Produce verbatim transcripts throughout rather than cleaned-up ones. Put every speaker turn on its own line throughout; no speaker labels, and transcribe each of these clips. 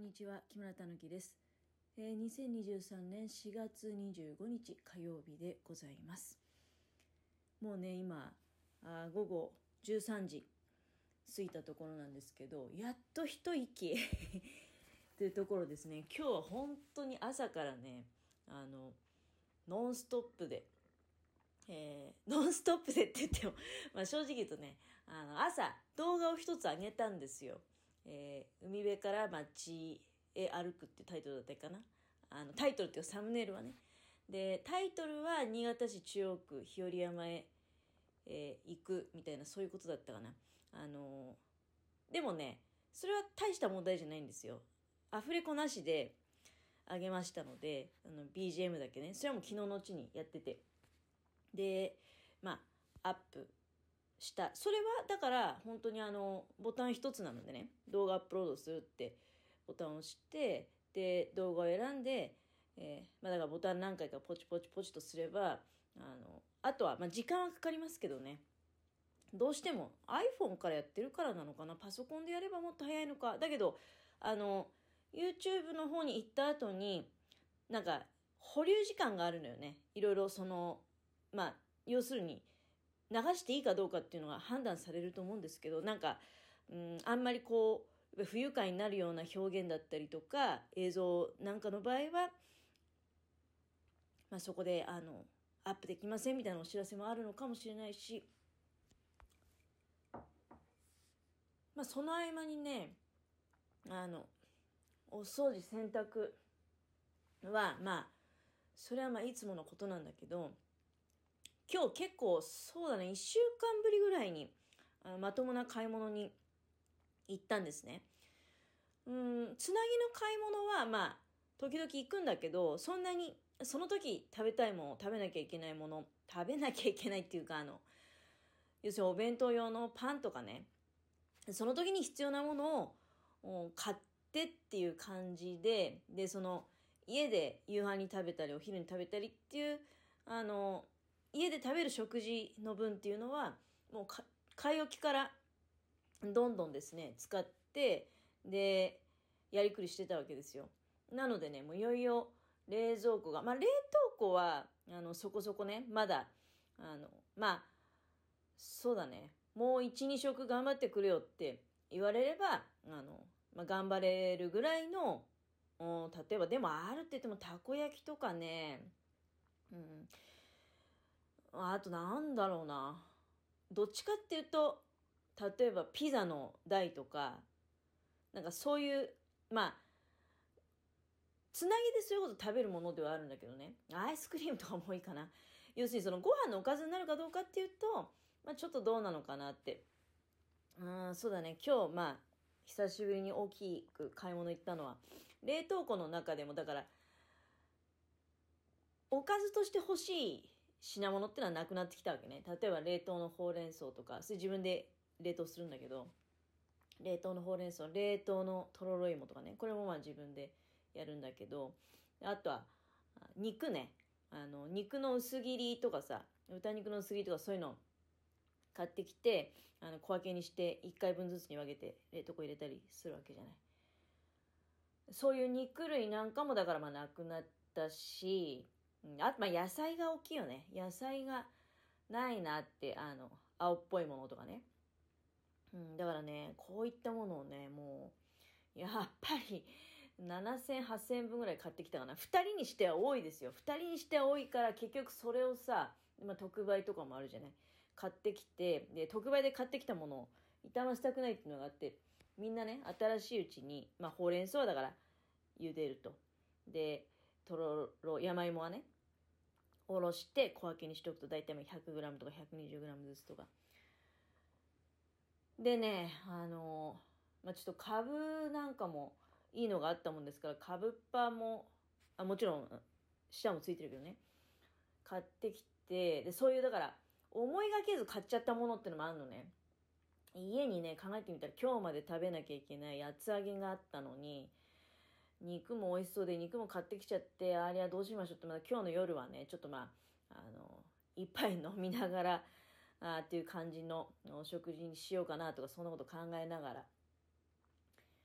んにちは、木村たぬきです。えー、にせんにじゅうさんねんしがつにじゅうごにち火曜日でございます。もうね、今あ午後じゅうさんじ過ぎたところなんですけど、やっと一息というところですね。今日は本当に朝からね、あのノンストップで、えー、ノンストップでって言ってもまあ正直言うとね、あの朝動画を一つ上げたんですよ。えー、海辺から街へ歩くってタイトルだったかな。あのタイトルっていうかサムネイルはね。でタイトルは新潟市中央区日和山へ、えー行くみたいな、そういうことだったかな。あのーでもね、それは大した問題じゃないんですよ。アフレコなしであげましたので、あの ビージーエム だけね、それはもう昨日のうちにやってて、でまあアップした。それはだから本当にあのボタン一つなのでね、動画アップロードするってボタンを押して、で動画を選んで、えーまあ、だからボタン何回かポチポチポチとすれば、あのあとはまあ時間はかかりますけどね、どうしても iPhone からやってるからなのかな、パソコンでやればもっと早いのか。だけどあの YouTube の方に行った後になんか保留時間があるのよね。いろいろそのまあ要するに流していいかどうかっていうのが判断されると思うんですけど、なんか、うん、あんまりこう不愉快になるような表現だったりとか映像なんかの場合は、まあ、そこであのアップできませんみたいなお知らせもあるのかもしれないし、まあ、その合間にね、あのお掃除洗濯はまあそれはまあいつものことなんだけど、今日結構そうだね、いっしゅうかんぶりぐらいにあまともな買い物に行ったんですね。うん、つなぎの買い物はまあ時々行くんだけど、そんなにその時食べたいもの、食べなきゃいけないもの、食べなきゃいけないっていうか、あの要するにお弁当用のパンとかね、その時に必要なものを買ってっていう感じで、でその家で夕飯に食べたりお昼に食べたりっていう、あの家で食べる食事の分っていうのはもうか買い置きからどんどんですね使って、でやりくりしてたわけですよ。なのでね、もういよいよ冷蔵庫が、まあ冷凍庫はあのそこそこね、まだあのまあそうだね、もういちに食頑張ってくれよって言われれば、あの、まあ、頑張れるぐらいの、お例えばでもあるって言ってもたこ焼きとかね、うん、あとなんだろうな、どっちかっていうと例えばピザの台とか、なんかそういうまあつなぎでそういうこと食べるものではあるんだけどね、アイスクリームとかもいいかな。要するにそのご飯のおかずになるかどうかっていうと、まあ、ちょっとどうなのかなって。うん、そうだね、今日まあ久しぶりに大きく買い物行ったのは冷凍庫の中でも、だからおかずとして欲しい品物ってのはなくなってきたわけね。例えば冷凍のほうれん草とか、それ自分で冷凍するんだけど、冷凍のほうれん草、冷凍のとろろ芋とかね、これもまあ自分でやるんだけど、あとは肉ね、あの肉の薄切りとかさ、豚肉の薄切りとかそういうの買ってきて、あの小分けにしていっかいぶんずつに分けて冷凍庫入れたりするわけじゃない。そういう肉類なんかもだからまあなくなったし、あとまあ野菜が大きいよね。野菜がないなって、あの青っぽいものとかね。うん、だからね、こういったものをね、もうやっぱりななせんはっせんえんぶんぐらい買ってきたかな。ふたりにしては多いですよ。ふたりにしては多いから、結局それをさ、まあ、特売とかもあるじゃない、買ってきて、で特売で買ってきたものを傷ませたくないっていうのがあって、みんなね新しいうちに、まあ、ほうれん草はだから茹でると、でとろろ山芋はねおろして小分けにしておくと、大体 ひゃくグラム とか ひゃくにじゅうグラム ずつとかでね、あのまあ、ちょっとカブなんかもいいのがあったもんですから、カブっぱもあもちろん下もついてるけどね、買ってきて、でそういうだから思いがけず買っちゃったものってのもあるのね。家にね考えてみたら、今日まで食べなきゃいけない厚揚げがあったのに、肉も美味しそうで肉も買ってきちゃって、あれはどうしましょうって、まだ今日の夜はねちょっとまああの一杯飲みながらあっていう感じのお食事にしようかなとか、そんなこと考えながら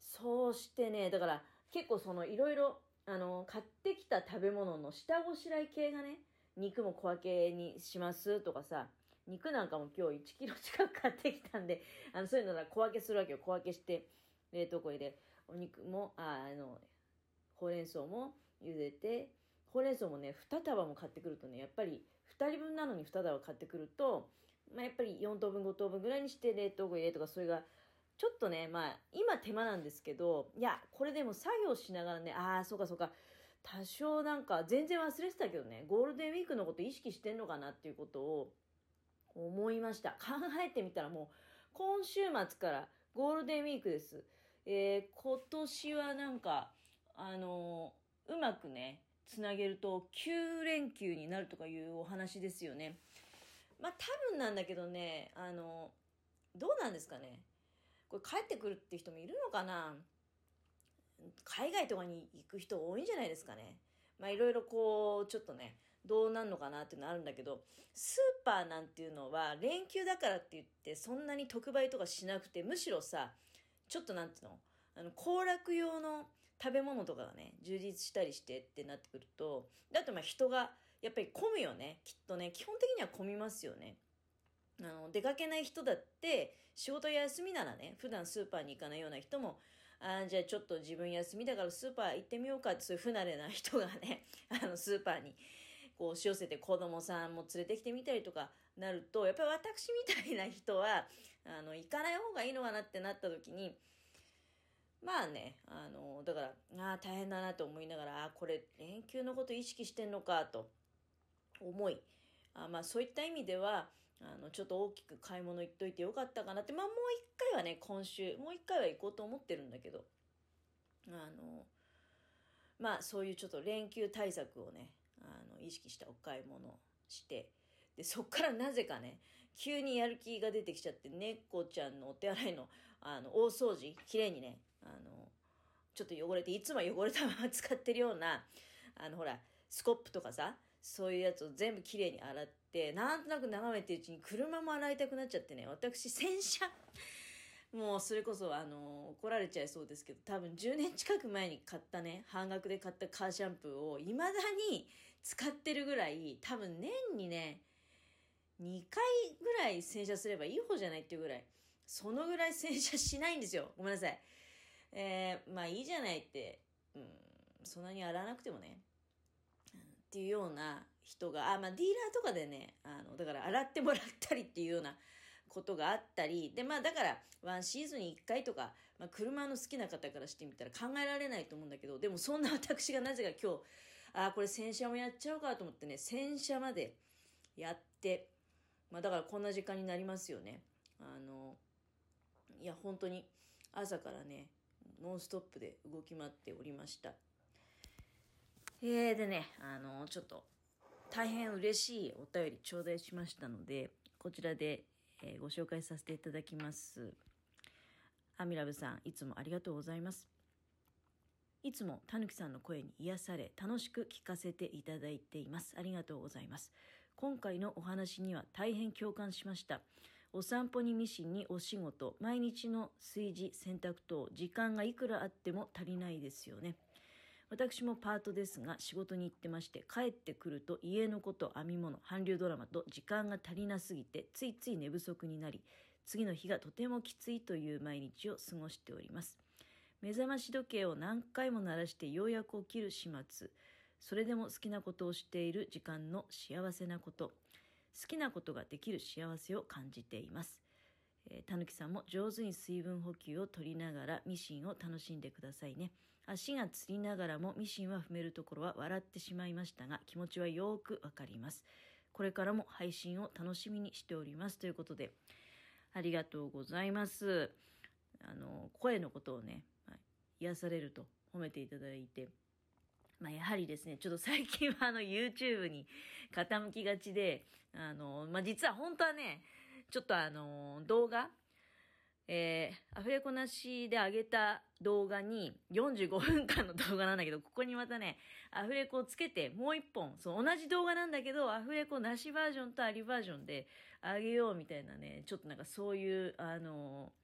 そうしてね、だから結構そのいろいろ、あの、買ってきた食べ物の下ごしらえ系がね、肉も小分けにしますとかさ、肉なんかも今日いちキロ近く買ってきたんで、あの、そういうのなら小分けするわけよ。小分けして、冷凍庫入れ、お肉も、あ、あの、ほうれん草も茹でて、ほうれん草もね、に束も買ってくるとね、やっぱりふたりぶんなのにに束買ってくると、まあ、やっぱりよん等分ご等分ぐらいにして冷凍庫入れとか、それがちょっとね、まあ今手間なんですけど、いやこれでも作業しながらね、ああそうかそうか、多少なんか全然忘れてたけどね、ゴールデンウィークのこと意識してんのかなっていうことを思いました。考えてみたらもう今週末からゴールデンウィークです。えー、今年はなんかあのーうまくねつなげるときゅう連休になるとかいうお話ですよね。まあ多分なんだけどね、あのーどうなんですかね、これ帰ってくるって人もいるのかな。海外とかに行く人多いんじゃないですかね。まあいろいろこうちょっとねどうなんのかなっていうのあるんだけど、スーパーなんていうのは連休だからって言ってそんなに特売とかしなくて、むしろさちょっとなんていうの、あの行楽用の食べ物とかがね充実したりしてってなってくると、だってまあ人がやっぱり混むよね、きっとね。基本的には混みますよね。あの出かけない人だって仕事休みならね、普段スーパーに行かないような人も、あーじゃあちょっと自分休みだからスーパー行ってみようかって、そういう不慣れな人がねあのスーパーにこう押し寄せて子供さんも連れてきてみたりとかなると、やっぱり私みたいな人はあの行かない方がいいのかなってなった時に、まあね、あのだからああ大変だなと思いながら、あこれ連休のこと意識してんのかと思い、あまあそういった意味ではあのちょっと大きく買い物行っといてよかったかなって、まあもう一回はね今週もう一回は行こうと思ってるんだけど、あのまあそういうちょっと連休対策をねあの意識したお買い物をして、でそっからなぜかね急にやる気が出てきちゃって、猫ちゃんのお手洗いのあの大掃除きれいにね、あのちょっと汚れていつも汚れたまま使ってるようなあのほらスコップとかさ、そういうやつを全部きれいに洗って、なんとなく眺めてるうちに車も洗いたくなっちゃってね、私洗車もうそれこそあの怒られちゃいそうですけど、多分じゅうねん近く前に買ったね半額で買ったカーシャンプーをいまだに使ってるぐらい、多分年にねにかいぐらい洗車すればいい方じゃないっていうぐらい、そのぐらい洗車しないんですよ。ごめんなさい。えー、まあいいじゃないって、うん、そんなに洗わなくてもね、うん、っていうような人が、あ、まあディーラーとかでね、あの、だから洗ってもらったりっていうようなことがあったり、で、まあだからワンシーズンにいっかいとか、まあ車の好きな方からしてみたら考えられないと思うんだけど、でもそんな私がなぜか今日、あ、これ洗車もやっちゃおうかと思ってね、洗車までやって、まあだからこんな時間になりますよね。あの、いや本当に朝からね、ノンストップで動き回っておりました。えー、でね、あのちょっと大変嬉しいお便り頂戴しましたので、こちらで、えーご紹介させていただきます。アミラブさん、いつもありがとうございます。いつもたぬきさんの声に癒され、楽しく聞かせていただいています。ありがとうございます。今回のお話には大変共感しました。お散歩にミシンにお仕事、毎日の炊事、洗濯等、時間がいくらあっても足りないですよね。私もパートですが仕事に行ってまして、帰ってくると家のこと、編み物、韓流ドラマと時間が足りなすぎてついつい寝不足になり、次の日がとてもきついという毎日を過ごしております。目覚まし時計を何回も鳴らしてようやく起きる始末。それでも好きなことをしている時間の幸せなこと、好きなことができる幸せを感じています。えー、たぬきさんも上手に水分補給を取りながらミシンを楽しんでくださいね。足がつりながらもミシンは踏めるところは笑ってしまいましたが、気持ちはよくわかります。これからも配信を楽しみにしておりますということで、ありがとうございます。あの声のことをね、はい、癒されると褒めていただいて、まあ、やはりですね、ちょっと最近はあの YouTube に傾きがちで、あの、まあ、実は本当はね、ちょっとあの動画、えー、アフレコなしで上げた動画によんじゅうごふんかんの動画なんだけど、ここにまたね、アフレコをつけてもう一本、そう同じ動画なんだけど、アフレコなしバージョンとありバージョンで上げようみたいなね、ちょっとなんかそういう、あの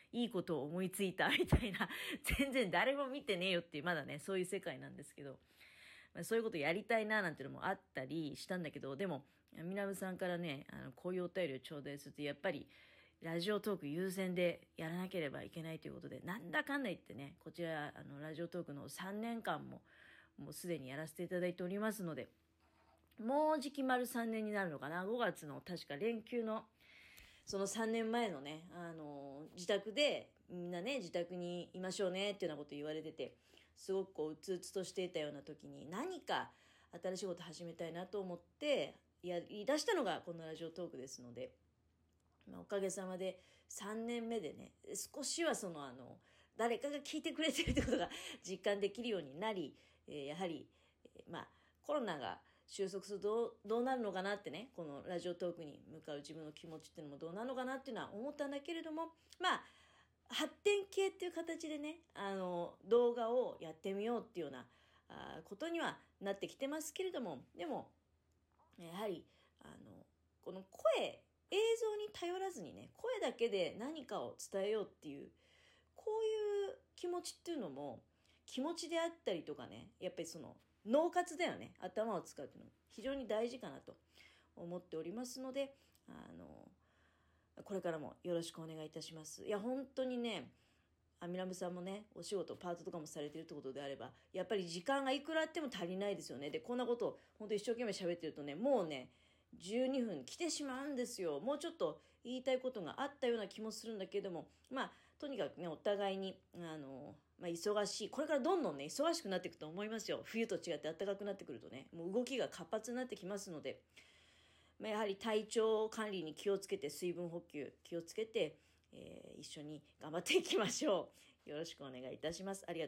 いいことを思いついたみたいな、全然誰も見てねえよっていう、まだね、そういう世界なんですけど、まあ、そういうことやりたいななんていうのもあったりしたんだけど、でも、南さんからね、あのこういうお便りを頂戴すると、やっぱり、ラジオトーク優先でやらなければいけないということで、なんだかんだ言ってね、こちら、あの、ラジオトークのさんねんかんも、もうすでにやらせていただいておりますので、もうじき丸さんねんになるのかな。ごがつの確か連休のそのさんねんまえのね、あの自宅でみんなね自宅にいましょうねっていうようなこと言われてて、すごくこううつうつとしていたような時に何か新しいこと始めたいなと思ってやり出したのがこのラジオトークですので、まあ、おかげさまでさんねんめでね少しはそのあの誰かが聞いてくれてるってことが実感できるようになり、えーやはり、えーまあコロナが収束するとどうどうなるのかなってね、このラジオトークに向かう自分の気持ちっていうのもどうなるのかなっていうのは思ったんだけれども、まあ発展系っていう形でね、あの動画をやってみようっていうようなあことにはなってきてますけれども、でもやはりあのこの声映像に頼らずにね、声だけで何かを伝えようっていうこういう気持ちっていうのも気持ちであったりとかね、やっぱりその脳活だよね、頭を使うっていうの非常に大事かなと思っておりますので、あのこれからもよろしくお願いいたします。いや本当にね、アミラムさんもねお仕事パートとかもされてるってことであれば、やっぱり時間がいくらあっても足りないですよね。でこんなことを本当一生懸命喋ってるとね、もうねじゅうにふん来てしまうんですよ。もうちょっと言いたいことがあったような気もするんだけども、まあとにかくねお互いにあの、まあ、忙しい、これからどんどんね忙しくなっていくと思いますよ。冬と違って暖かくなってくるとね、もう動きが活発になってきますので、まあ、やはり体調管理に気をつけて、水分補給気をつけて、えー一緒に頑張っていきましょう。よろしくお願いいたします。ありがとう